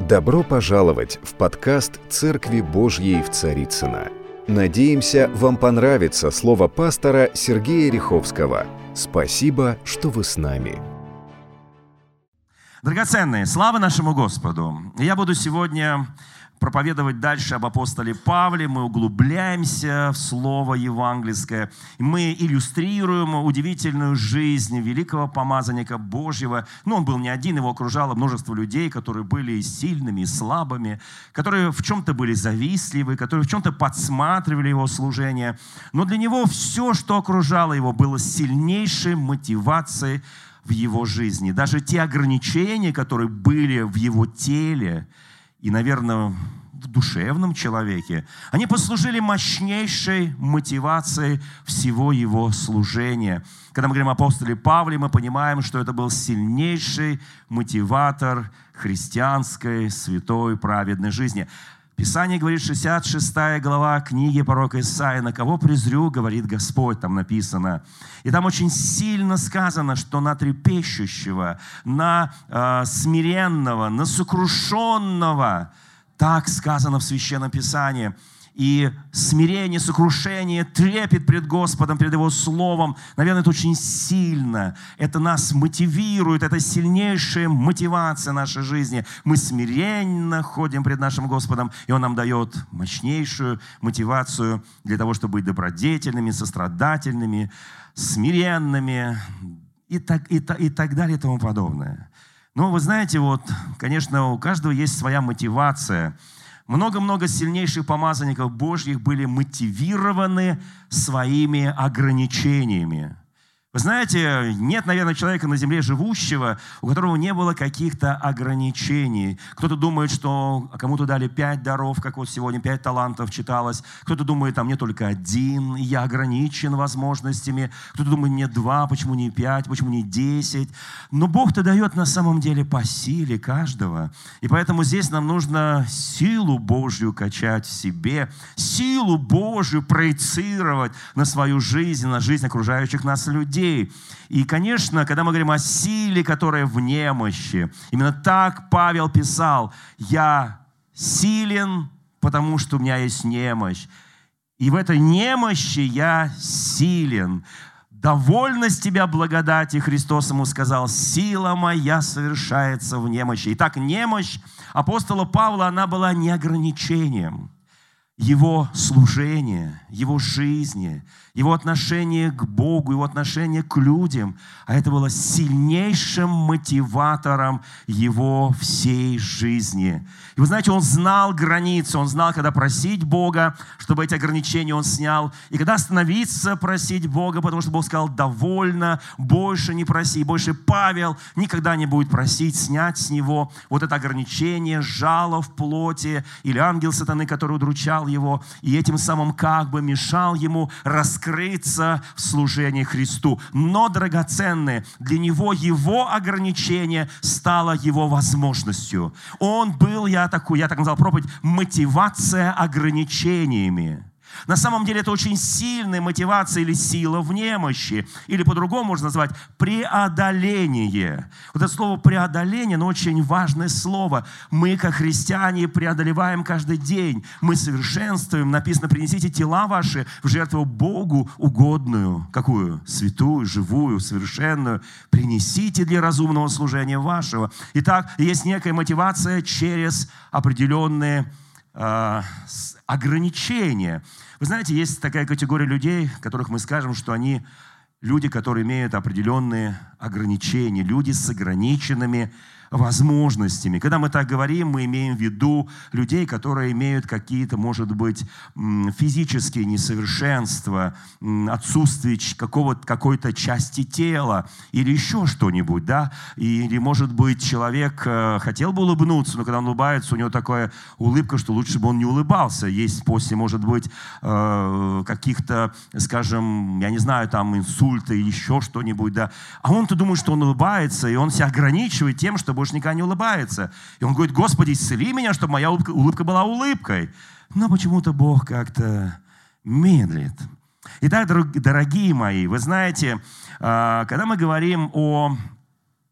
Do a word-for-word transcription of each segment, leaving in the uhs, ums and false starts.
Добро пожаловать в подкаст «Церкви Божьей в Царицыно». Надеемся, вам понравится слово пастора Сергея Риховского. Спасибо, что вы с нами. Драгоценные, слава нашему Господу! Я буду сегодня проповедовать дальше об апостоле Павле. Мы углубляемся в слово евангельское. Мы иллюстрируем удивительную жизнь великого помазанника Божьего. Но он был не один, его окружало множество людей, которые были и сильными, и слабыми, которые в чем-то были завистливы, которые в чем-то подсматривали его служение. Но для него все, что окружало его, было сильнейшей мотивацией в его жизни. Даже те ограничения, которые были в его теле, и, наверное, в душевном человеке, они послужили мощнейшей мотивацией всего его служения. Когда мы говорим о апостоле Павле, мы понимаем, что это был сильнейший мотиватор христианской, святой, праведной жизни. Писание говорит, шестьдесят шестая глава книги пророка Исаии: «На кого презрю, говорит Господь», там написано. И там очень сильно сказано, что на трепещущего, на э, смиренного, на сокрушенного, так сказано в Священном Писании. И смирение, сокрушение, трепет пред Господом, пред Его Словом, наверное, это очень сильно. Это нас мотивирует, это сильнейшая мотивация нашей жизни. Мы смиренно ходим пред нашим Господом, и Он нам дает мощнейшую мотивацию для того, чтобы быть добродетельными, сострадательными, смиренными и так, и, и так далее и тому подобное. Но вы знаете, вот, конечно, у каждого есть своя мотивация. Много-много сильнейших помазанников Божьих были мотивированы своими ограничениями. Вы знаете, нет, наверное, человека на земле живущего, у которого не было каких-то ограничений. Кто-то думает, что кому-то дали пять даров, как вот сегодня пять талантов читалось. Кто-то думает, там мне только один, и я ограничен возможностями. Кто-то думает, мне два, почему не пять, почему не десять. Но Бог-то дает на самом деле по силе каждого. И поэтому здесь нам нужно силу Божью качать в себе, силу Божью проецировать на свою жизнь, на жизнь окружающих нас людей. И, конечно, когда мы говорим о силе, которая в немощи, именно так Павел писал: «Я силен, потому что у меня есть немощь, и в этой немощи я силен. Довольно с тебя благодати», Христос ему сказал, «сила моя совершается в немощи». Итак, немощь апостола Павла, она была не ограничением его служения, его жизни, его отношение к Богу, его отношение к людям, а это было сильнейшим мотиватором его всей жизни. И вы знаете, он знал границы, он знал, когда просить Бога, чтобы эти ограничения он снял, и когда остановиться просить Бога, потому что Бог сказал: «Довольно, больше не проси». Больше Павел никогда не будет просить снять с него вот это ограничение, жало в плоти или ангел сатаны, который удручал его, и этим самым как бы мешал ему раскрыться в служении Христу. Но, драгоценные, для него его ограничение стало его возможностью. Он был, я такой, я так назвал проповедь, мотивация ограничениями. На самом деле это очень сильная мотивация или сила в немощи. Или по-другому можно назвать преодоление. Вот это слово преодоление, оно очень важное слово. Мы, как христиане, преодолеваем каждый день. Мы совершенствуем. Написано: принесите тела ваши в жертву Богу угодную. Какую? Святую, живую, совершенную. Принесите для разумного служения вашего. Итак, есть некая мотивация через определенные э, ограничения. Вы знаете, есть такая категория людей, которых мы скажем, что они люди, которые имеют определенные ограничения, люди с ограниченными возможностями. Когда мы так говорим, мы имеем в виду людей, которые имеют какие-то, может быть, физические несовершенства, отсутствие какого-то, какой-то части тела или еще что-нибудь, да? Или, может быть, человек хотел бы улыбнуться, но когда он улыбается, у него такая улыбка, что лучше бы он не улыбался. Есть после, может быть, каких-то, скажем, я не знаю, там инсульта или еще что-нибудь, да? А он-то думает, что он улыбается, и он себя ограничивает тем, что больше никогда не улыбается. И он говорит: «Господи, исцели меня, чтобы моя улыбка, улыбка была улыбкой». Но почему-то Бог как-то медлит. Итак, дорогие мои, вы знаете, когда мы говорим о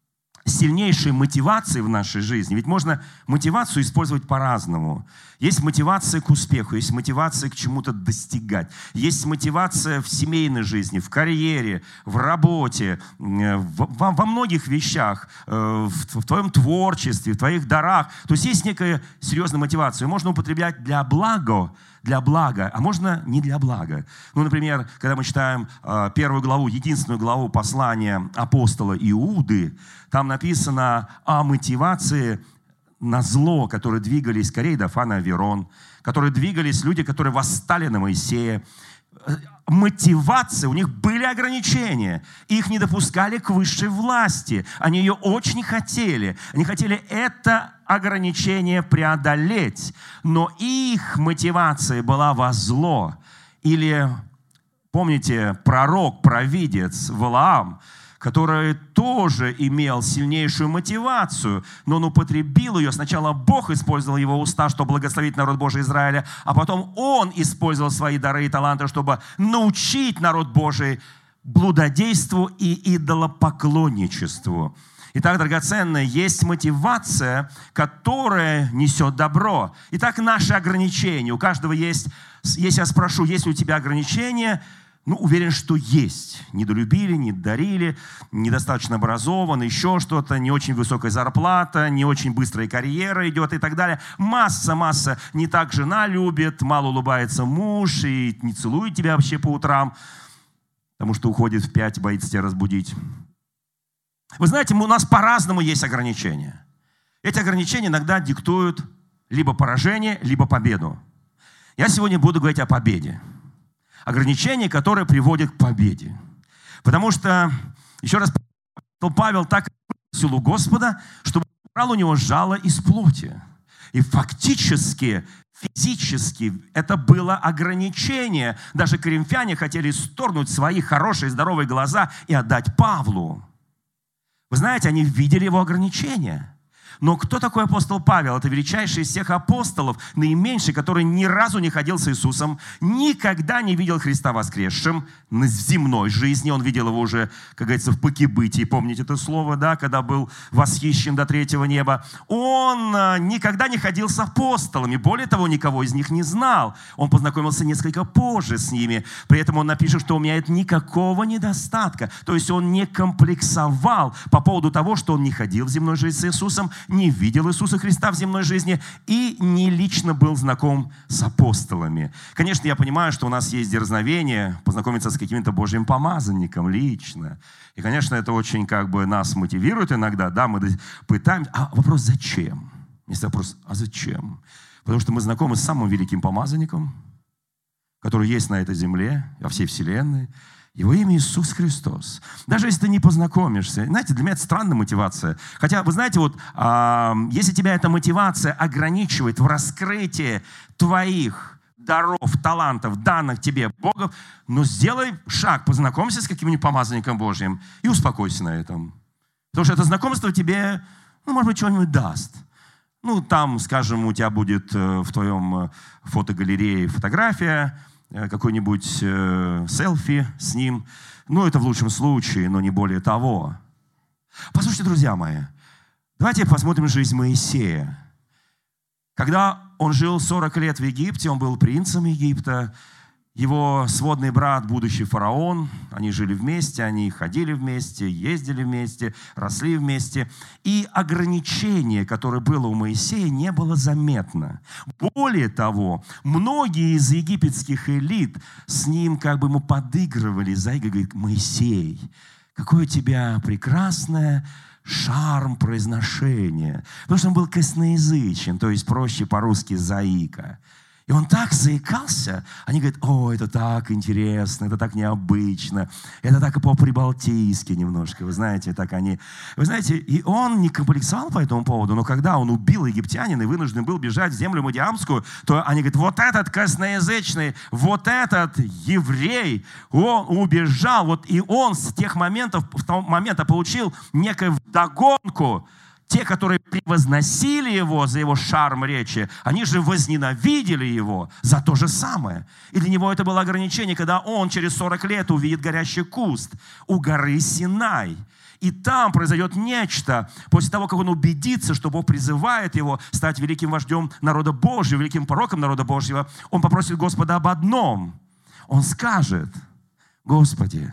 сильнейшей мотивации в нашей жизни. Ведь можно мотивацию использовать по-разному. Есть мотивация к успеху, есть мотивация к чему-то достигать. Есть мотивация в семейной жизни, в карьере, в работе, во, во многих вещах, в, в твоем творчестве, в твоих дарах. То есть есть некая серьезная мотивация. Ее можно употреблять для блага, для блага, а можно не для блага. Ну, например, когда мы читаем э, первую главу, единственную главу послания апостола Иуды, там написано о мотивации на зло, которые двигались Корей, Дафан и Аверон, которые двигались люди, которые восстали на Моисея. Мотивация, у них были ограничения. Их не допускали к высшей власти. Они ее очень хотели. Они хотели это ограничение преодолеть. Но их мотивация была во зло. Или, помните, пророк, провидец Валаам, который тоже имел сильнейшую мотивацию, но он употребил ее. Сначала Бог использовал его уста, чтобы благословить народ Божий Израиля, а потом он использовал свои дары и таланты, чтобы научить народ Божий блудодейству и идолопоклонничеству. Итак, драгоценное, есть мотивация, которая несет добро. Итак, наши ограничения. У каждого есть, если я спрошу, есть ли у тебя ограничения, ну, уверен, что есть. Недолюбили, не дарили, недостаточно образован, еще что-то, не очень высокая зарплата, не очень быстрая карьера идет и так далее. Масса, масса. Не так жена любит, мало улыбается муж и не целует тебя вообще по утрам, потому что уходит в пять, боится тебя разбудить. Вы знаете, у нас по-разному есть ограничения. Эти ограничения иногда диктуют либо поражение, либо победу. Я сегодня буду говорить о победе. Ограничения, которые приводят к победе. Потому что, еще раз, Павел так просил у Господа, чтобы убрал у него жало из плоти. И фактически, физически это было ограничение. Даже коринфяне хотели сторнуть свои хорошие, здоровые глаза и отдать Павлу. Вы знаете, они видели его ограничения. Но кто такой апостол Павел? Это величайший из всех апостолов, наименьший, который ни разу не ходил с Иисусом, никогда не видел Христа воскресшим в земной жизни. Он видел его уже, как говорится, в покибытии. Помните это слово, да, когда был восхищен до третьего неба. Он никогда не ходил с апостолами. Более того, никого из них не знал. Он познакомился несколько позже с ними. При этом он напишет, что у меня нет никакого недостатка. То есть он не комплексовал по поводу того, что он не ходил в земной жизни с Иисусом, не видел Иисуса Христа в земной жизни и не лично был знаком с апостолами. Конечно, я понимаю, что у нас есть дерзновение познакомиться с каким-то Божьим помазанником лично. И, конечно, это очень как бы нас мотивирует иногда. Да, мы пытаемся. А вопрос зачем? Есть вопрос, а зачем? Потому что мы знакомы с самым великим помазанником, который есть на этой земле, во всей вселенной. Его имя Иисус Христос. Даже если ты не познакомишься. Знаете, для меня это странная мотивация. Хотя, вы знаете, вот, э, если тебя эта мотивация ограничивает в раскрытии твоих даров, талантов, данных тебе Богом, но сделай шаг, познакомься с каким-нибудь помазанником Божьим и успокойся на этом. Потому что это знакомство тебе, ну, может быть, что-нибудь даст. Ну, там, скажем, у тебя будет в твоем фотогалерее фотография, какой-нибудь э, селфи с ним. Ну, это в лучшем случае, но не более того. Послушайте, друзья мои, давайте посмотрим жизнь Моисея. Когда он жил сорок лет в Египте, он был принцем Египта. Его сводный брат, будущий фараон, они жили вместе, они ходили вместе, ездили вместе, росли вместе. И ограничение, которое было у Моисея, не было заметно. Более того, многие из египетских элит с ним как бы ему подыгрывали, заигрывали, говорят: Моисей, какое у тебя прекрасное шарм произношения. Потому что он был косноязычен, то есть проще по-русски заика. И он так заикался, они говорят: о, это так интересно, это так необычно, это так и по-прибалтийски немножко, вы знаете, так они... Вы знаете, и он не комплексовал по этому поводу, но когда он убил египтянина и вынужден был бежать в землю Мадиамскую, то они говорят: вот этот косноязычный, вот этот еврей, он убежал, вот и он с тех моментов, с того момента получил некую вдогонку те, которые превозносили его за его шарм речи, они же возненавидели его за то же самое. И для него это было ограничение, когда он через сорок лет увидит горящий куст у горы Синай. И там произойдет нечто, после того, как он убедится, что Бог призывает его стать великим вождем народа Божьего, великим пророком народа Божьего, он попросит Господа об одном. Он скажет: Господи,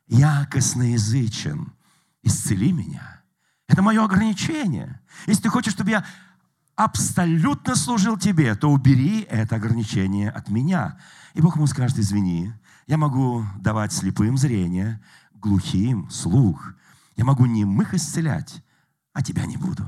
я косноязычен, исцели меня. Это мое ограничение. Если ты хочешь, чтобы я абсолютно служил тебе, то убери это ограничение от меня. И Бог ему скажет: извини, я могу давать слепым зрение, глухим слух. Я могу немых исцелять, а тебя не буду.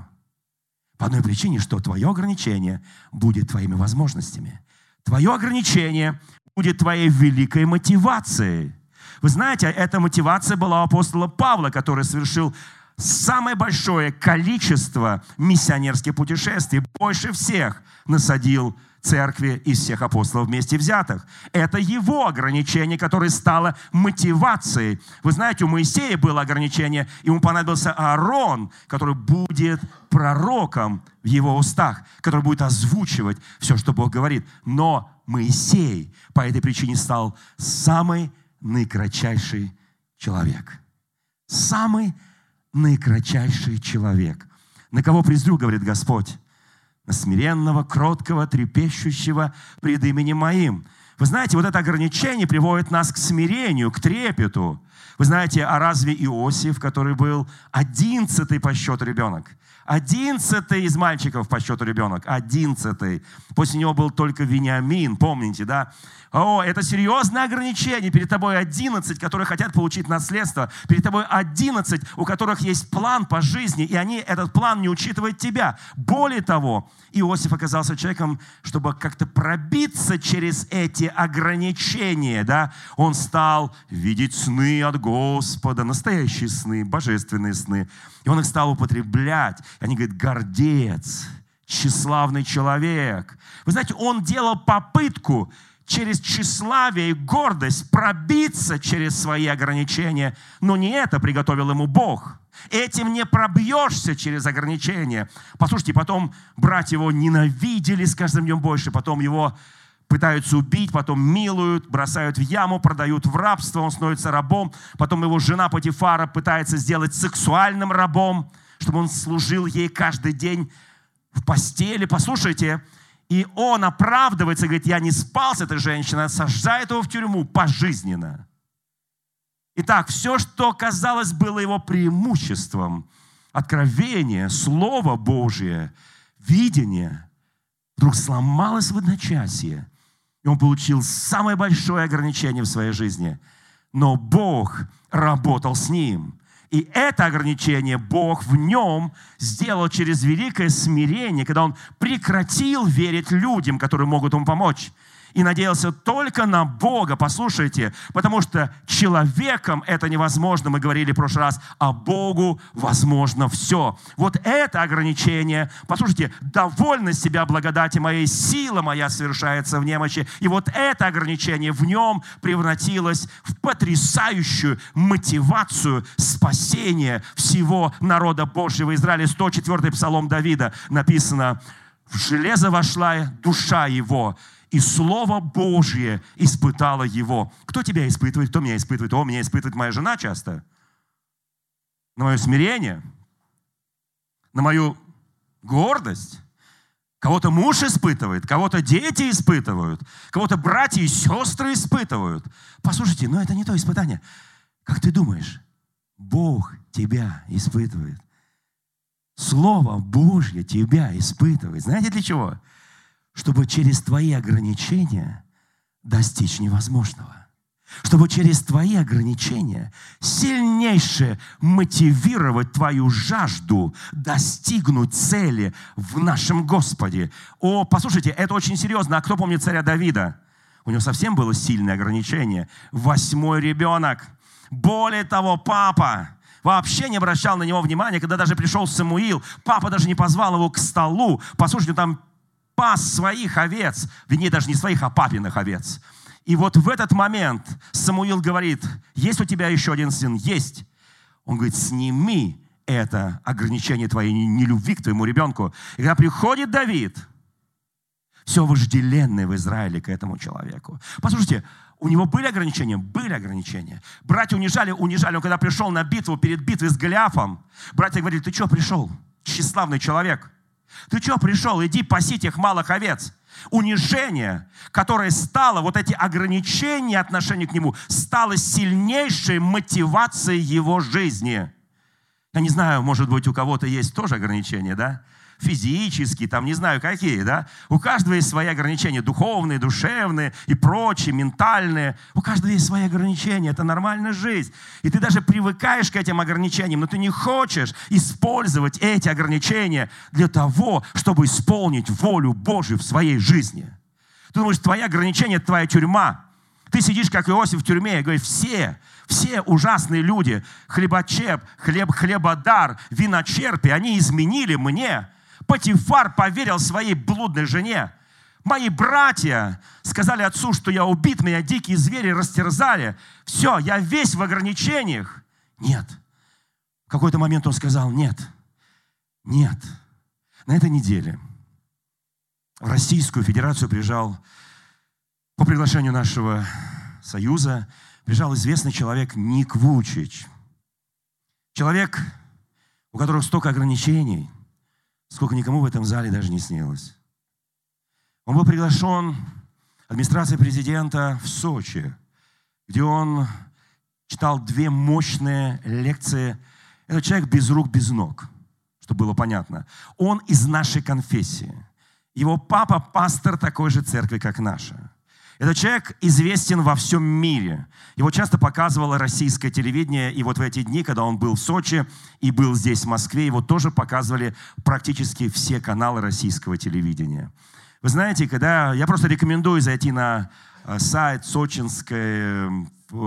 По одной причине, что твое ограничение будет твоими возможностями. Твое ограничение будет твоей великой мотивацией. Вы знаете, эта мотивация была у апостола Павла, который совершил самое большое количество миссионерских путешествий, больше всех насадил церкви из всех апостолов вместе взятых. Это его ограничение, которое стало мотивацией. Вы знаете, у Моисея было ограничение, ему понадобился Аарон, который будет пророком в его устах, который будет озвучивать все, что Бог говорит. Но Моисей по этой причине стал самый наикратчайший человек. Самый наикратчайший человек. На кого презрю, говорит Господь? На смиренного, кроткого, трепещущего пред именем моим. Вы знаете, вот это ограничение приводит нас к смирению, к трепету. Вы знаете, а разве Иосиф, который был одиннадцатый по счету ребенок, одиннадцатый из мальчиков по счету ребенок, одиннадцатый. После него был только Вениамин, помните, да? О, это серьезное ограничение. Перед тобой одиннадцать, которые хотят получить наследство. Перед тобой одиннадцать, у которых есть план по жизни, и они этот план не учитывают тебя. Более того, Иосиф оказался человеком, чтобы как-то пробиться через эти ограничения. Да? Он стал видеть сны от Господа, настоящие сны, божественные сны. И он их стал употреблять. И они говорят: гордец, тщеславный человек. Вы знаете, он делал попытку через тщеславие и гордость пробиться через свои ограничения. Но не это приготовил ему Бог. Этим не пробьешься через ограничения. Послушайте, потом братья его ненавидели с каждым днем больше, потом его пытаются убить, потом милуют, бросают в яму, продают в рабство, он становится рабом. Потом его жена Потифара пытается сделать сексуальным рабом, чтобы он служил ей каждый день в постели. Послушайте, и он оправдывается, говорит: я не спал с этой женщиной, сажает его в тюрьму пожизненно. Итак, все, что, казалось, было его преимуществом, откровение, Слово Божие, видение, вдруг сломалось в одночасье. И он получил самое большое ограничение в своей жизни. Но Бог работал с ним. И это ограничение Бог в нем сделал через великое смирение, когда он прекратил верить людям, которые могут ему помочь, и надеялся только на Бога. Послушайте, потому что человеком это невозможно. Мы говорили в прошлый раз, а Богу возможно все. Вот это ограничение. Послушайте, довольно себя благодати моей, сила моя совершается в немощи. И вот это ограничение в нем превратилось в потрясающую мотивацию спасения всего народа Божьего. Израиля, сто четвёртый псалом Давида написано: в железо вошла душа его, и Слово Божье испытало его. Кто тебя испытывает? Кто меня испытывает? О, меня испытывает моя жена часто. На мое смирение, на мою гордость. Кого-то муж испытывает, кого-то дети испытывают, кого-то братья и сестры испытывают. Послушайте, но это не то испытание. Как ты думаешь? Бог тебя испытывает. Слово Божье тебя испытывает. Знаете для чего? Чтобы через твои ограничения достичь невозможного. Чтобы через твои ограничения сильнейше мотивировать твою жажду достигнуть цели в нашем Господе. О, послушайте, это очень серьезно. А кто помнит царя Давида? У него совсем было сильное ограничение. Восьмой ребенок. Более того, папа вообще не обращал на него внимания, когда даже пришел Самуил. Папа даже не позвал его к столу. Послушайте, там пас своих овец, вернее, даже не своих, а папиных овец. И вот в этот момент Самуил говорит: есть у тебя еще один сын? Есть. Он говорит: сними это ограничение твоей нелюбви к твоему ребенку. И когда приходит Давид, все вожделенное в Израиле к этому человеку. Послушайте, у него были ограничения? Были ограничения. Братья унижали, унижали. Он когда пришел на битву, перед битвой с Голиафом, братья говорили: ты что пришел? Тщеславный человек. Ты что пришел? Иди паси тех малых овец. Унижение, которое стало, вот эти ограничения отношения к нему, стало сильнейшей мотивацией его жизни. Я не знаю, может быть, у кого-то есть тоже ограничения, да? Физические, там не знаю какие, да? У каждого есть свои ограничения, духовные, душевные и прочие, ментальные. У каждого есть свои ограничения, это нормальная жизнь. И ты даже привыкаешь к этим ограничениям, но ты не хочешь использовать эти ограничения для того, чтобы исполнить волю Божию в своей жизни. Ты думаешь, твои ограничения – это твоя тюрьма. Ты сидишь, как Иосиф, в тюрьме и говоришь: все, все ужасные люди, хлебочеп, хлеб, хлебодар, виночерпи, они изменили мне. Потифар поверил своей блудной жене. Мои братья сказали отцу, что я убит, меня дикие звери растерзали. Все, я весь в ограничениях. Нет. В какой-то момент он сказал: нет, нет. На этой неделе в Российскую Федерацию приезжал, по приглашению нашего союза, приезжал известный человек Ник Вучич. Человек, у которого столько ограничений, сколько никому в этом зале даже не снилось. Он был приглашен администрацией президента в Сочи, где он читал две мощные лекции. Это человек без рук, без ног, чтобы было понятно. Он из нашей конфессии. Его папа пастор такой же церкви, как наша. Этот человек известен во всем мире. Его часто показывало российское телевидение. И вот в эти дни, когда он был в Сочи и был здесь, в Москве, его тоже показывали практически все каналы российского телевидения. Вы знаете, когда... Я просто рекомендую зайти на сайт Сочинской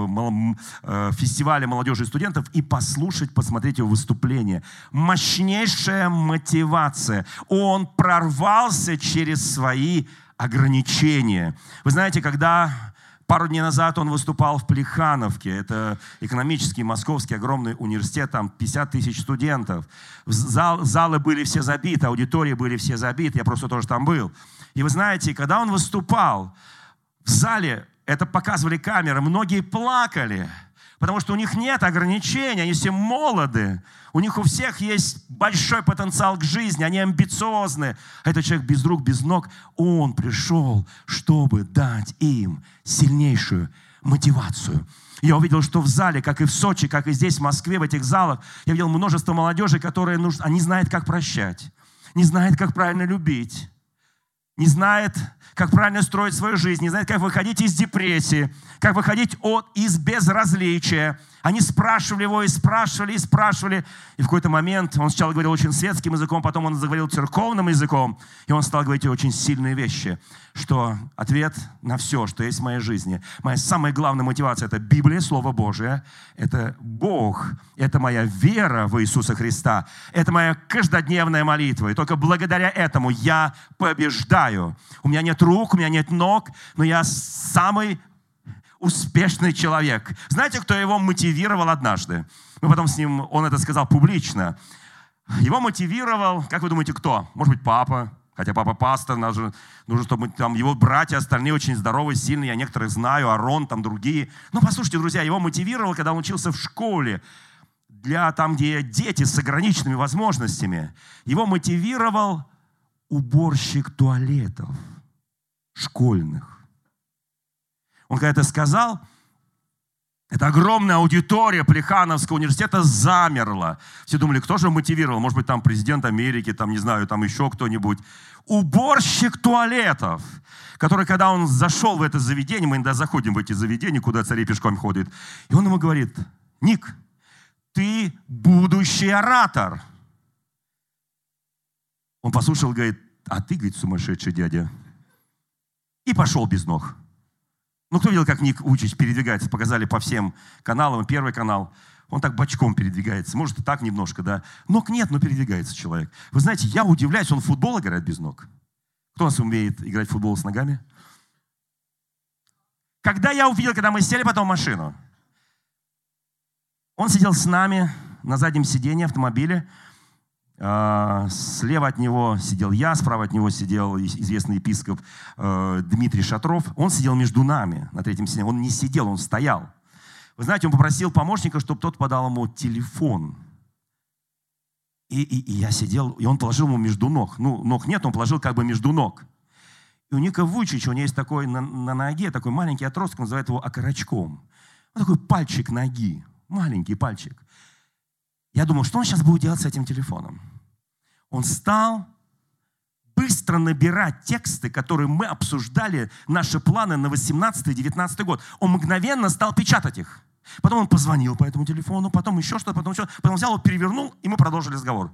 фестиваля молодежи и студентов и послушать, посмотреть его выступление. Мощнейшая мотивация. Он прорвался через свои ограничения. Вы знаете, когда пару дней назад он выступал в Плехановке, это экономический московский огромный университет, там пятьдесят тысяч студентов, Зал, залы были все забиты, аудитории были все забиты, я просто тоже там был. И вы знаете, когда он выступал, в зале, это показывали камеры, многие плакали, потому что у них нет ограничений, они все молоды, у них у всех есть большой потенциал к жизни, они амбициозны. А этот человек без рук, без ног, он пришел, чтобы дать им сильнейшую мотивацию. Я увидел, что в зале, как и в Сочи, как и здесь, в Москве, в этих залах, я видел множество молодежи, которые нужно, они знают, как прощать, не знают, как правильно любить, не знает, как правильно строить свою жизнь, не знает, как выходить из депрессии, как выходить от, из безразличия. Они спрашивали его и спрашивали, и спрашивали. И в какой-то момент он сначала говорил очень светским языком, потом он заговорил церковным языком, и он стал говорить очень сильные вещи, что ответ на все, что есть в моей жизни, моя самая главная мотивация – это Библия, Слово Божие, это Бог, это моя вера в Иисуса Христа, это моя каждодневная молитва. И только благодаря этому я побеждаю. У меня нет рук, у меня нет ног, но я самый успешный человек. Знаете, кто его мотивировал однажды? Мы потом с ним, он это сказал публично. Его мотивировал, как вы думаете, кто? Может быть, папа. Хотя папа пастор, нужно, нужно, чтобы там его братья остальные очень здоровые, сильные. Я некоторых знаю, Арон, там другие. Но послушайте, друзья, его мотивировал, когда он учился в школе, для там, где дети с ограниченными возможностями. Его мотивировал уборщик туалетов школьных. Он когда это сказал, эта огромная аудитория Плехановского университета замерла. Все думали, кто же мотивировал? Может быть, там президент Америки, там, не знаю, там еще кто-нибудь. Уборщик туалетов, который, когда он зашел в это заведение, мы иногда заходим в эти заведения, куда цари пешком ходят, и он ему говорит: Ник, ты будущий оратор. Он послушал, говорит: а ты, говорит, сумасшедший дядя. И пошел без ног. Ну, кто видел, как Ник Вучич передвигается? Показали по всем каналам. Первый канал. Он так бочком передвигается. Может, и так немножко, да. Ног нет, но передвигается человек. Вы знаете, я удивляюсь, он в футбол играет без ног. Кто у нас умеет играть в футбол с ногами? Когда я увидел, когда мы сели потом в машину, он сидел с нами на заднем сиденье автомобиля. Слева от него сидел я, справа от него сидел известный епископ Дмитрий Шатров. Он сидел между нами на третьем сиденье. Он не сидел, он стоял. Вы знаете, он попросил помощника, чтобы тот подал ему телефон. И, и, и я сидел, и он положил ему между ног. Ну, ног нет, он положил как бы между ног. И у Ника Вуйчича, у него есть такой на, на ноге, такой маленький отросток, он называет его окорочком. Он такой пальчик ноги, маленький пальчик. Я думал, что он сейчас будет делать с этим телефоном? Он стал быстро набирать тексты, которые мы обсуждали, наши планы на восемнадцатый-девятнадцатый год. Он мгновенно стал печатать их. Потом он позвонил по этому телефону, потом еще что-то, потом еще, потом взял его, перевернул, и мы продолжили разговор.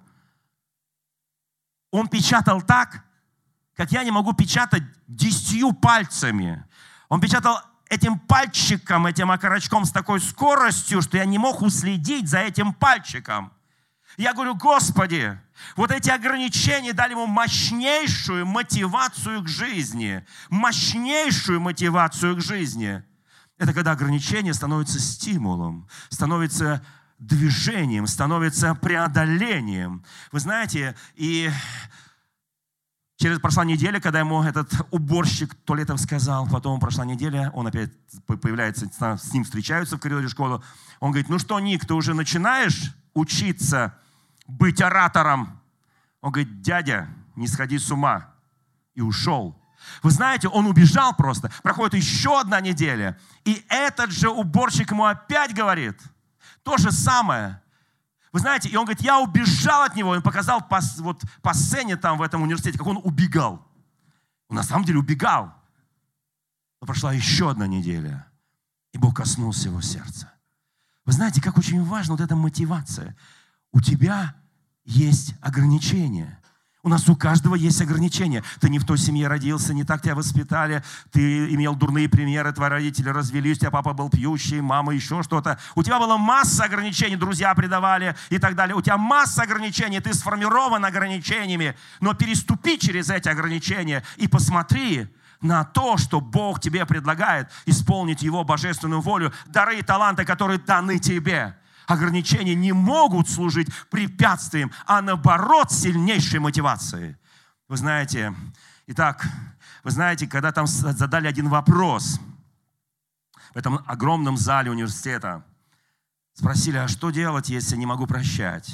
Он печатал так, как я не могу печатать десятью пальцами. Он печатал этим пальчиком, этим окорочком с такой скоростью, что я не мог уследить за этим пальчиком. Я говорю, Господи, вот эти ограничения дали ему мощнейшую мотивацию к жизни. Мощнейшую мотивацию к жизни. Это когда ограничение становится стимулом, становится движением, становится преодолением. Вы знаете, и через прошла неделя, когда ему этот уборщик туалетов сказал, потом прошла неделя, он опять появляется, с ним встречаются в коридоре школы. Он говорит, ну что, Ник, ты уже начинаешь учиться быть оратором? Он говорит, дядя, не сходи с ума. И ушел. Вы знаете, он убежал просто. Проходит еще одна неделя, и этот же уборщик ему опять говорит то же самое. Вы знаете, и он говорит, я убежал от него. Он показал по, вот, по сцене там в этом университете, как он убегал. Он на самом деле убегал. Но прошла еще одна неделя, и Бог коснулся его сердца. Вы знаете, как очень важна вот эта мотивация. У тебя есть ограничения. У нас у каждого есть ограничения. Ты не в той семье родился, не так тебя воспитали, ты имел дурные примеры, твои родители развелись, у тебя папа был пьющий, мама еще что-то. У тебя была масса ограничений, друзья предавали и так далее. У тебя масса ограничений, ты сформирован ограничениями. Но переступи через эти ограничения и посмотри на то, что Бог тебе предлагает, исполнить Его божественную волю, дары и таланты, которые даны тебе. Ограничения не могут служить препятствием, а наоборот сильнейшей мотивацией. Вы знаете, итак, вы знаете, когда там задали один вопрос в этом огромном зале университета, спросили, а что делать, если не могу прощать?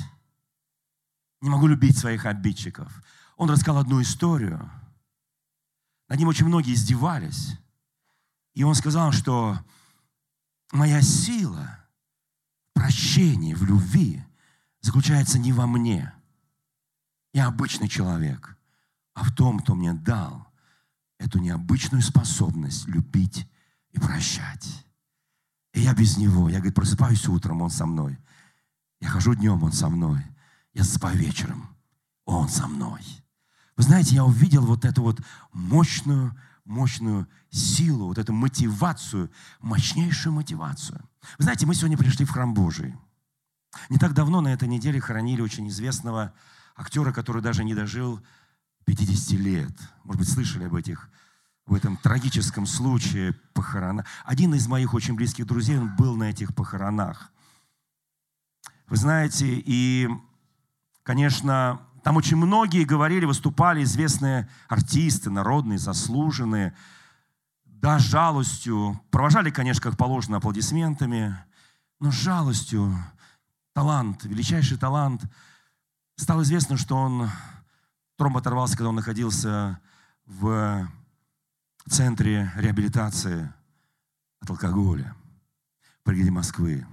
Не могу любить своих обидчиков. Он рассказал одну историю. Над ним очень многие издевались. И он сказал, что моя сила прощение в любви заключается не во мне, я обычный человек, а в том, кто мне дал эту необычную способность любить и прощать. И я без него, я, говорит, просыпаюсь утром, он со мной. Я хожу днем, он со мной. Я засыпаю вечером, он со мной. Вы знаете, я увидел вот эту вот мощную, мощную силу, вот эту мотивацию, мощнейшую мотивацию. Вы знаете, мы сегодня пришли в храм Божий. Не так давно на этой неделе хоронили очень известного актера, который даже не дожил пятидесяти лет. Может быть, слышали об этих, в этом трагическом случае похорона. Один из моих очень близких друзей, он был на этих похоронах. Вы знаете, и, конечно, там очень многие говорили, выступали известные артисты, народные, заслуженные, да, жалостью. Провожали, конечно, как положено, аплодисментами, но с жалостью. Талант, величайший талант. Стало известно, что он тромб оторвался, когда он находился в центре реабилитации от алкоголя в пригороде Москвы.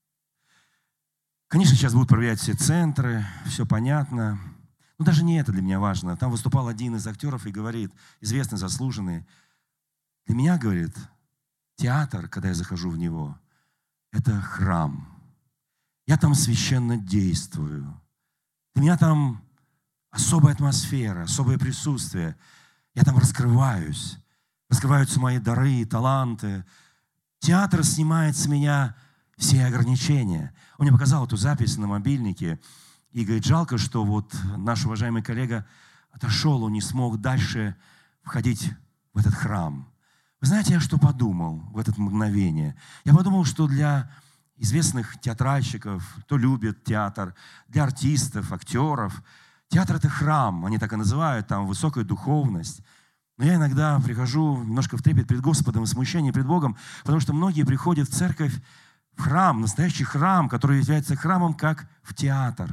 Конечно, сейчас будут проверять все центры, все понятно. Но даже не это для меня важно. Там выступал один из актеров и говорит, известный, заслуженный, для меня, говорит, театр, когда я захожу в него, это храм. Я там священно действую. Для меня там особая атмосфера, особое присутствие. Я там раскрываюсь. Раскрываются мои дары и таланты. Театр снимает с меня все ограничения. Он мне показал эту запись на мобильнике. И говорит, жалко, что вот наш уважаемый коллега отошел, он не смог дальше входить в этот храм. Вы знаете, я что подумал в это мгновение? Я подумал, что для известных театральщиков, кто любит театр, для артистов, актеров. Театр — это храм, они так и называют, там высокая духовность. Но я иногда прихожу немножко в трепет пред Господом, в смущении пред Богом, потому что многие приходят в церковь, в храм, настоящий храм, который является храмом, как в театр.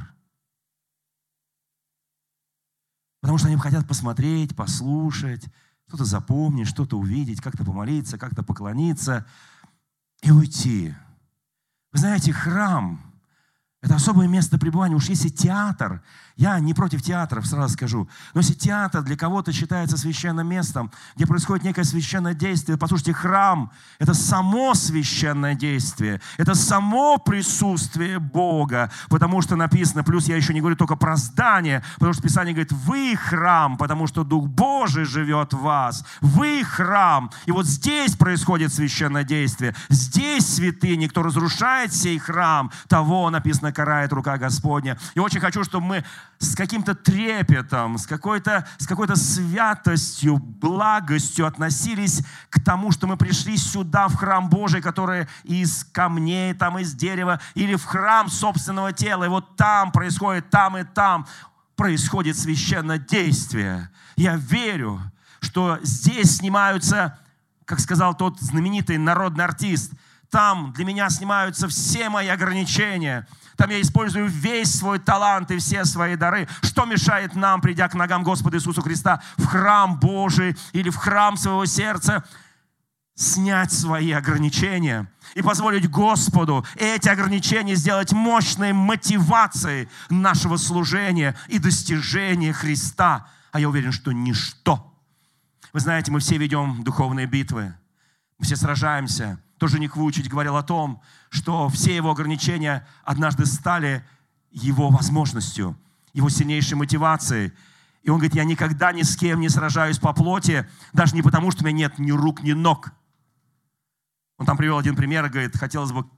Потому что они хотят посмотреть, послушать, что-то запомнить, что-то увидеть, как-то помолиться, как-то поклониться и уйти. Вы знаете, храм — это особое место пребывания. Уж если театр, я не против театров, сразу скажу, но если театр для кого-то считается священным местом, где происходит некое священное действие, послушайте, храм — это само священное действие, это само присутствие Бога, потому что написано, плюс я еще не говорю только про здание, потому что Писание говорит, вы храм, потому что Дух Божий живет в вас, вы храм. И вот здесь происходит священное действие, здесь святыни, кто разрушает сей храм, того, написано, карает рука Господня. И очень хочу, чтобы мы с каким-то трепетом, с какой-то, с какой-то святостью, благостью относились к тому, что мы пришли сюда, в храм Божий, который из камней, там, из дерева, или в храм собственного тела. И вот там происходит, там и там происходит священное действие. Я верю, что здесь снимаются, как сказал тот знаменитый народный артист, там для меня снимаются все мои ограничения. Там я использую весь свой талант и все свои дары. Что мешает нам, придя к ногам Господа Иисуса Христа в храм Божий или в храм своего сердца, снять свои ограничения и позволить Господу эти ограничения сделать мощной мотивацией нашего служения и достижения Христа. А я уверен, что ничто. Вы знаете, мы все ведем духовные битвы. Мы все сражаемся. Тоже Ник Вуйчич говорил о том, что все его ограничения однажды стали его возможностью, его сильнейшей мотивацией. И он говорит, я никогда ни с кем не сражаюсь по плоти, даже не потому, что у меня нет ни рук, ни ног. Он там привел один пример и говорит, хотелось бы,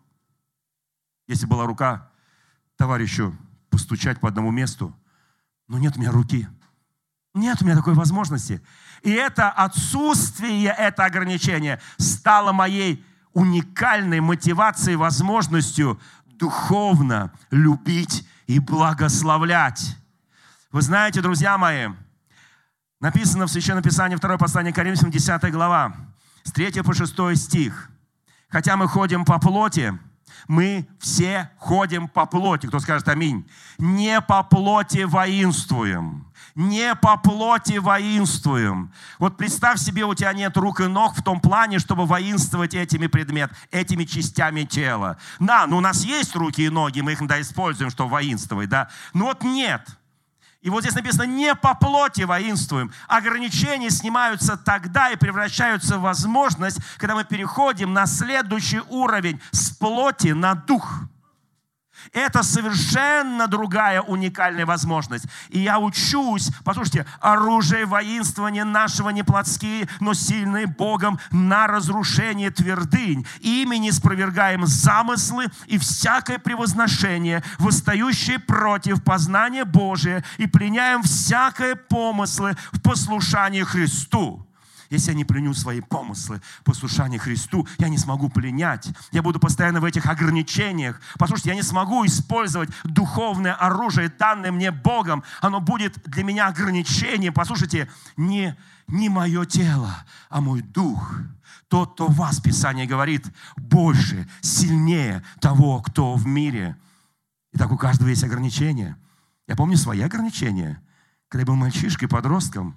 если была рука, товарищу постучать по одному месту, но нет у меня руки. Нет у меня такой возможности. И это отсутствие, это ограничение стало моей уникальной мотивацией, возможностью духовно любить и благословлять. Вы знаете, друзья мои, написано в Священном Писании, второе послание к Коринфянам, десятая глава, с третьего по шестой стих. Хотя мы ходим по плоти, мы все ходим по плоти. Кто скажет аминь? Не по плоти воинствуем. Не по плоти воинствуем. Вот представь себе, у тебя нет рук и ног в том плане, чтобы воинствовать этими предметами, этими частями тела. Да, ну у нас есть руки и ноги, мы их иногда используем, чтобы воинствовать, да. Но вот нет. И вот здесь написано, не по плоти воинствуем. Ограничения снимаются тогда и превращаются в возможность, когда мы переходим на следующий уровень с плоти на дух. Это совершенно другая уникальная возможность. И я учусь, послушайте, оружие воинствования нашего не плотские, но сильные Богом на разрушение твердынь. Ими не спровергаем замыслы и всякое превозношение, восстающее против познания Божия, и пленяем всякое помыслы в послушании Христу. Если я не пленю свои помыслы в послушании Христу, я не смогу пленять. Я буду постоянно в этих ограничениях. Послушайте, я не смогу использовать духовное оружие, данное мне Богом. Оно будет для меня ограничением. Послушайте, не, не мое тело, а мой дух. Тот, кто в вас, Писание говорит, больше, сильнее того, кто в мире. Итак, у каждого есть ограничения. Я помню свои ограничения. Когда я был мальчишкой, подростком,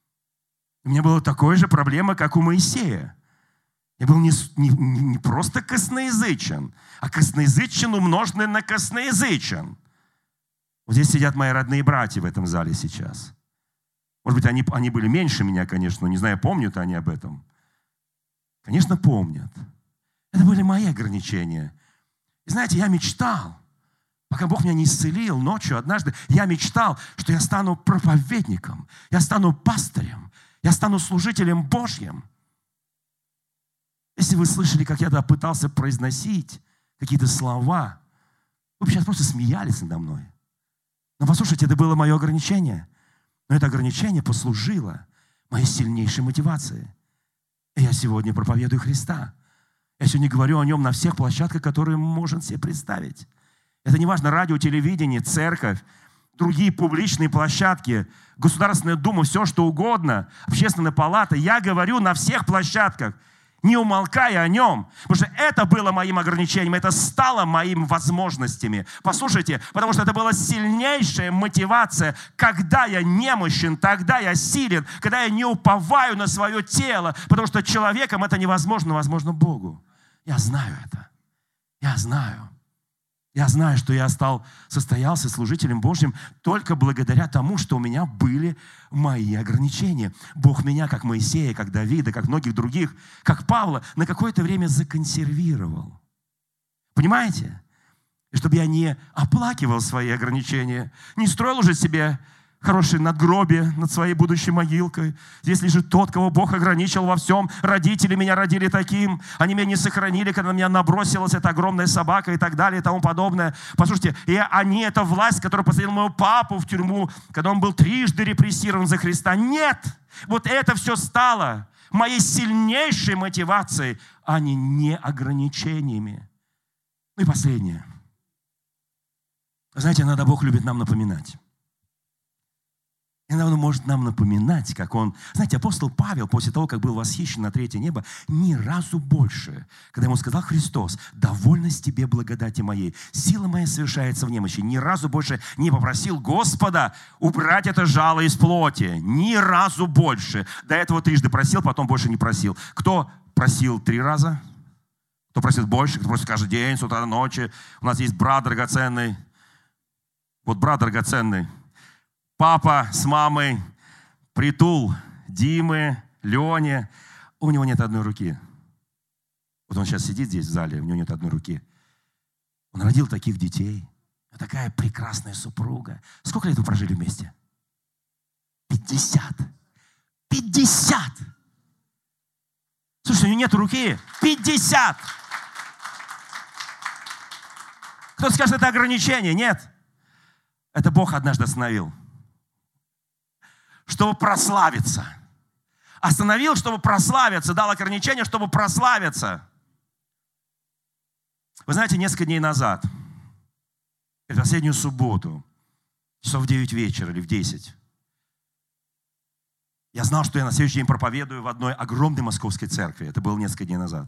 у меня была такая же проблема, как у Моисея. Я был не, не, не просто косноязычен, а косноязычен, умноженный на косноязычен. Вот здесь сидят мои родные братья в этом зале сейчас. Может быть, они, они были меньше меня, конечно, но не знаю, помнят они об этом. Конечно, помнят. Это были мои ограничения. И знаете, я мечтал, пока Бог меня не исцелил ночью однажды, я мечтал, что я стану проповедником, я стану пастырем, я стану служителем Божьим. Если вы слышали, как я тогда пытался произносить какие-то слова, вы бы сейчас просто смеялись надо мной. Но послушайте, это было мое ограничение. Но это ограничение послужило моей сильнейшей мотивацией. И я сегодня проповедую Христа. Я сегодня говорю о нем на всех площадках, которые можно себе представить. Это не важно, радио, телевидение, церковь, другие публичные площадки, Государственная Дума, все что угодно, Общественная палата. Я говорю на всех площадках, не умолкая о нем, потому что это было моим ограничением, это стало моими возможностями. Послушайте, потому что это была сильнейшая мотивация, когда я немощен, тогда я силен, когда я не уповаю на свое тело, потому что человеком это невозможно, возможно Богу. Я знаю это. Я знаю. Я знаю, что я стал, состоялся служителем Божьим только благодаря тому, что у меня были мои ограничения. Бог меня, как Моисея, как Давида, как многих других, как Павла, на какое-то время законсервировал. Понимаете? И чтобы я не оплакивал свои ограничения, не строил уже себе хорошее надгробие над своей будущей могилкой. Здесь лежит тот, кого Бог ограничил во всем. Родители меня родили таким. Они меня не сохранили, когда на меня набросилась эта огромная собака и так далее и тому подобное. Послушайте, и они, это власть, которая посадила моего папу в тюрьму, когда он был трижды репрессирован за Христа. Нет! Вот это все стало моей сильнейшей мотивацией, а не, не ограничениями. Ну и последнее. Знаете, иногда Бог любит нам напоминать. Иногда Он может нам напоминать, как Он... Знаете, апостол Павел, после того, как был восхищен на третье небо, ни разу больше, когда ему сказал Христос: «Довольность тебе благодати моей, сила моя совершается в немощи», ни разу больше не попросил Господа убрать это жало из плоти. Ни разу больше. До этого трижды просил, потом больше не просил. Кто просил три раза? Кто просит больше? Кто просит каждый день, с утра до ночи? У нас есть брат драгоценный. Вот брат драгоценный. Папа с мамой, притул Димы, Лене. У него нет одной руки. Вот он сейчас сидит здесь в зале, у него нет одной руки. Он родил таких детей. Такая прекрасная супруга. Сколько лет вы прожили вместе? Пятьдесят. Пятьдесят! Слушай, у него нет руки. Пятьдесят! Кто-то скажет, это ограничение. Нет. Это Бог однажды остановил. Чтобы прославиться. Остановил, чтобы прославиться. Дал ограничение, чтобы прославиться. Вы знаете, несколько дней назад, в последнюю субботу, часов в девять вечера или в десять, я знал, что я на следующий день проповедую в одной огромной московской церкви. Это было несколько дней назад.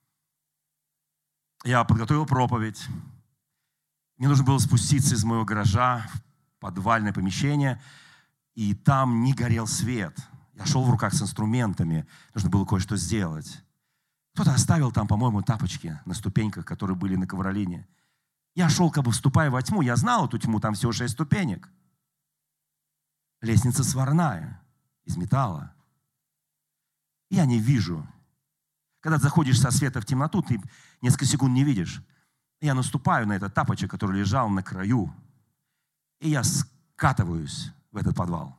Я подготовил проповедь. Мне нужно было спуститься из моего гаража в подвальное помещение, и там не горел свет. Я шел в руках с инструментами, нужно было кое-что сделать. Кто-то оставил там, по-моему, тапочки на ступеньках, которые были на ковролине. Я шел, как бы вступая во тьму, я знал эту тьму, там всего шесть ступенек. Лестница сварная, из металла. Я не вижу. Когда ты заходишь со света в темноту, ты несколько секунд не видишь. Я наступаю на этот тапочек, который лежал на краю, и я скатываюсь в этот подвал.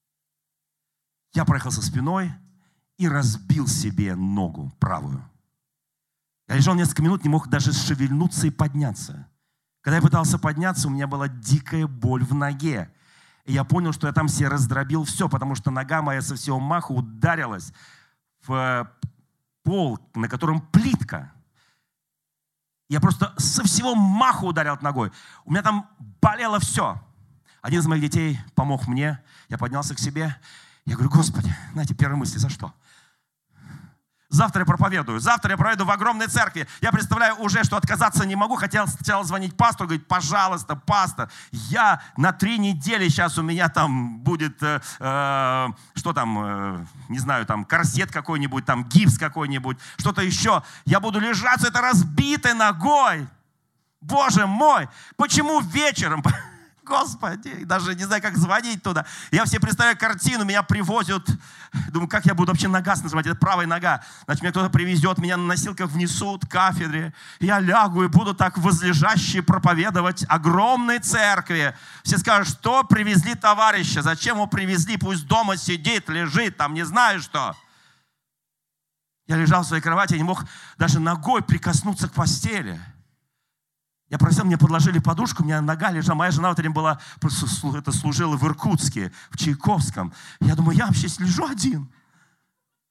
Я проехал со спиной и разбил себе ногу правую. Я лежал несколько минут, не мог даже шевельнуться и подняться. Когда я пытался подняться, у меня была дикая боль в ноге. И я понял, что я там себе раздробил все, потому что нога моя со всего маха ударилась в пол, на котором плитка. Я просто со всего маху ударил ногой. У меня там болело все. Один из моих детей помог мне. Я поднялся к себе. Я говорю: Господи, знаете, первые мысли, за что? Завтра я проповедую. Завтра я проповедую в огромной церкви. Я представляю уже, что отказаться не могу. Хотел сначала звонить пастору, говорить: пожалуйста, пастор, я на три недели сейчас у меня там будет, э, э, что там, э, не знаю, там корсет какой-нибудь, там гипс какой-нибудь, что-то еще. Я буду лежать с этой разбитой ногой. Боже мой, почему вечером? Господи, даже не знаю, как звонить туда. Я все представляю картину, меня привозят. Думаю, как я буду вообще нога нажимать? Это правая нога. Значит, меня кто-то привезет, меня на носилках внесут к кафедре. Я лягу и буду так возлежаще проповедовать огромной церкви. Все скажут: что привезли товарища? Зачем его привезли? Пусть дома сидит, лежит, там не знаю что. Я лежал в своей кровати, я не мог даже ногой прикоснуться к постели. Я просил, мне подложили подушку, у меня нога лежала. Моя жена в это время была, это служила в Иркутске, в Чайковском. Я думаю, я вообще лежу один.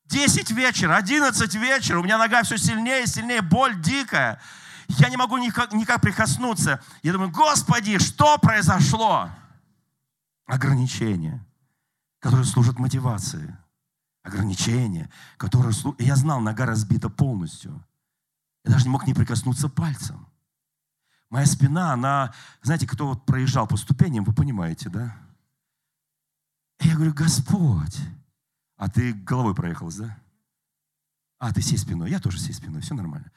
десять вечера, одиннадцать вечера, у меня нога все сильнее и сильнее, боль дикая. Я не могу никак, никак прикоснуться. Я думаю, Господи, что произошло? Ограничения, которые служат мотивации. Ограничения, которые служат... Я знал, нога разбита полностью. Я даже не мог не прикоснуться пальцем. Моя спина, она... Знаете, кто вот проезжал по ступеням, вы понимаете, да? И я говорю, Господь, а ты головой проехалась, да? А, ты всей спиной. Я тоже всей спиной, все нормально.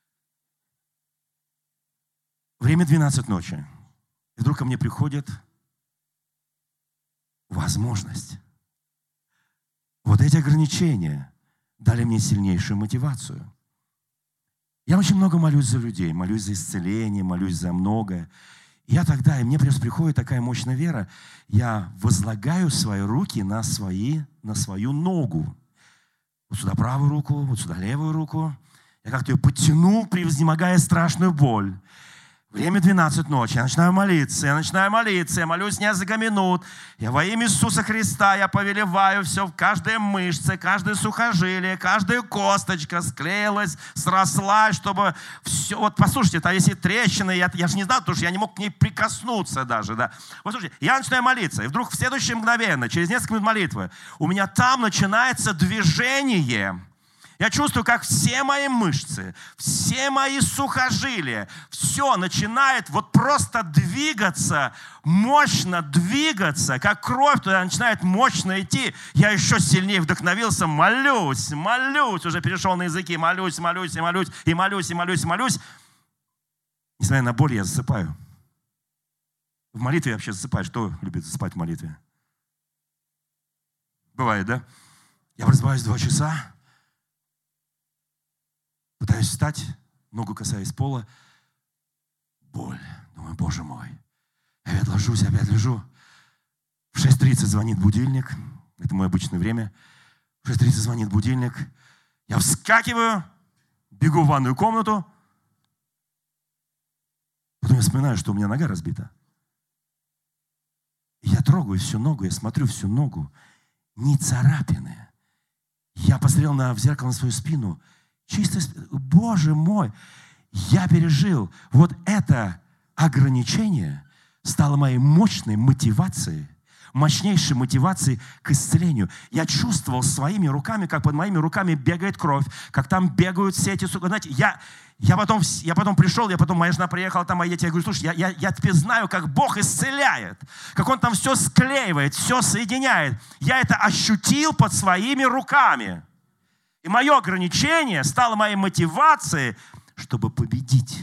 Время двенадцать ночи. И вдруг ко мне приходит возможность. Вот эти ограничения дали мне сильнейшую мотивацию. Я очень много молюсь за людей, молюсь за исцеление, молюсь за многое. И я тогда, и мне просто приходит такая мощная вера, я возлагаю свои руки на, свои, на свою ногу. Вот сюда правую руку, вот сюда левую руку. Я как-то ее подтянул, превознемогая страшную боль. Время двенадцать ночи, я начинаю молиться, я начинаю молиться, я молюсь несколько минут. Я во имя Иисуса Христа, я повелеваю все, каждая мышца, каждое сухожилие, каждая косточка склеилась, срослась, чтобы все... Вот послушайте, там если трещины, я, я же не знал, потому что я не мог к ней прикоснуться даже, да. Вот слушайте, я начинаю молиться, и вдруг в следующее мгновение, через несколько минут молитвы, у меня там начинается движение. Я чувствую, как все мои мышцы, все мои сухожилия, все начинает вот просто двигаться, мощно двигаться, как кровь туда начинает мощно идти. Я еще сильнее вдохновился, молюсь, молюсь, уже перешел на языки, молюсь, молюсь, и молюсь, и молюсь, и молюсь, и молюсь. Несмотря на боль, я засыпаю. В молитве я вообще засыпаю. Кто любит засыпать в молитве? Бывает, да? Я просыпаюсь два часа. Пытаюсь встать, ногу касаясь пола. Боль. Думаю, Боже мой. Я опять ложусь, опять лежу. В шесть тридцать звонит будильник. Это мое обычное время. В шесть тридцать звонит будильник. Я вскакиваю, бегу в ванную комнату. Потом я вспоминаю, что у меня нога разбита. И я трогаю всю ногу, я смотрю всю ногу. Ни царапины. Я посмотрел на, в зеркало на свою спину. Чисто, Боже мой, я пережил. Вот это ограничение стало моей мощной мотивацией, мощнейшей мотивацией к исцелению. Я чувствовал своими руками, как под моими руками бегает кровь, как там бегают все эти... Знаете, я, я, потом, я потом пришел, я потом, моя жена приехала там, а я тебе говорю, слушай, я, я, я теперь знаю, как Бог исцеляет, как Он там все склеивает, все соединяет. Я это ощутил под своими руками. И мое ограничение стало моей мотивацией, чтобы победить.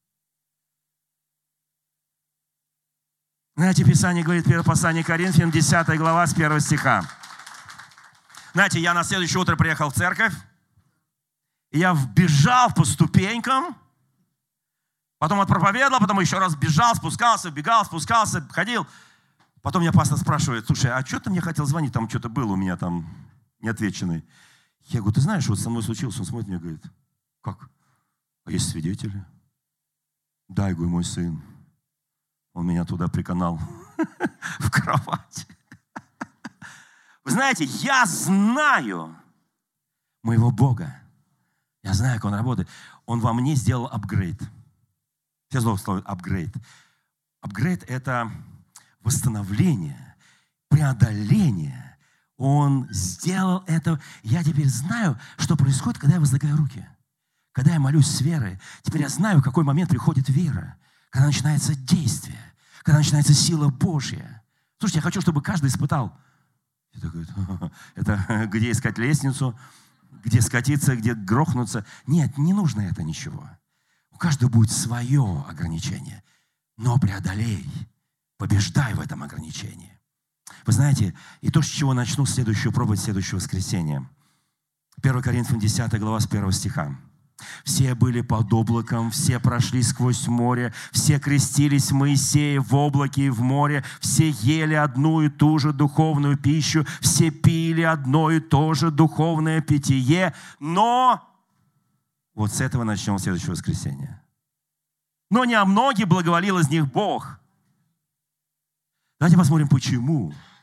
Знаете, Писание говорит, первое послание Коринфянам, десятая глава, с первого стиха. Знаете, я на следующее утро приехал в церковь, и я вбежал по ступенькам, потом отпроповедовал, потом еще раз бежал, спускался, вбегал, спускался, ходил. Потом меня пастор спрашивает, слушай, а что ты мне хотел звонить? Там что-то было у меня там неотвеченный. Я говорю, ты знаешь, вот со мной случилось. Он смотрит мне и говорит, как? А есть свидетели? Да, я говорю, мой сын. Он меня туда приканал в кровать. Вы знаете, я знаю моего Бога. Я знаю, как Он работает. Он во мне сделал апгрейд. Все слово слово апгрейд. Апгрейд – это восстановление, преодоление. Он сделал это. Я теперь знаю, что происходит, когда я возлагаю руки. Когда я молюсь с верой. Теперь я знаю, в какой момент приходит вера. Когда начинается действие. Когда начинается сила Божья. Слушайте, я хочу, чтобы каждый испытал. Это, это где искать лестницу, где скатиться, где грохнуться. Нет, не нужно это ничего. У каждого будет свое ограничение. Но преодолей, побеждай в этом ограничении. Вы знаете, и то, с чего начну следующую проповедь, следующего воскресенья. первое Коринфянам, десятая глава, с первого стиха. «Все были под облаком, все прошли сквозь море, все крестились в Моисее в облаке и в море, все ели одну и ту же духовную пищу, все пили одно и то же духовное питье, но...» Вот с этого начнем следующее воскресенье. «Но не о многих благоволил из них Бог». Давайте посмотрим, почему.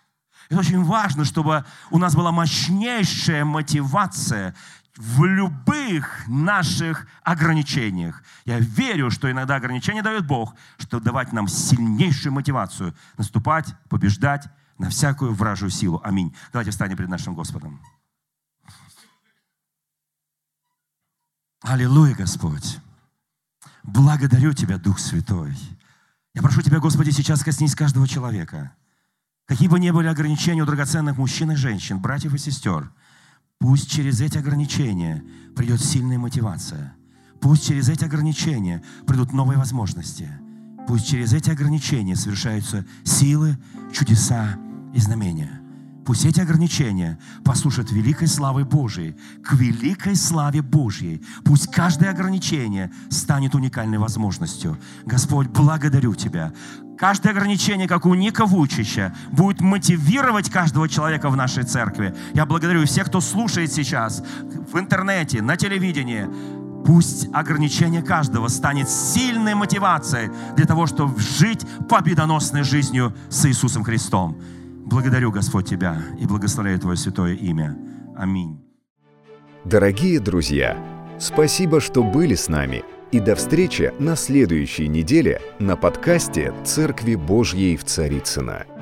Это очень важно, чтобы у нас была мощнейшая мотивация в любых наших ограничениях. Я верю, что иногда ограничения дает Бог, чтобы давать нам сильнейшую мотивацию наступать, побеждать на всякую вражью силу. Аминь. Давайте встанем перед нашим Господом. Аллилуйя, Господь. Благодарю Тебя, Дух Святой. Я прошу Тебя, Господи, сейчас коснись каждого человека. Какие бы ни были ограничения у драгоценных мужчин и женщин, братьев и сестер, пусть через эти ограничения придет сильная мотивация. Пусть через эти ограничения придут новые возможности. Пусть через эти ограничения совершаются силы, чудеса и знамения. Пусть эти ограничения послужат великой славой Божией, к великой славе Божьей. Пусть каждое ограничение станет уникальной возможностью. Господь, благодарю Тебя. Каждое ограничение, как у Ника Вуйчича, будет мотивировать каждого человека в нашей церкви. Я благодарю всех, кто слушает сейчас в интернете, на телевидении. Пусть ограничение каждого станет сильной мотивацией для того, чтобы жить победоносной жизнью с Иисусом Христом. Благодарю, Господь, Тебя и благословляю Твое святое имя. Аминь. Дорогие друзья, спасибо, что были с нами. И до встречи на следующей неделе на подкасте «Церкви Божьей в Царицыно».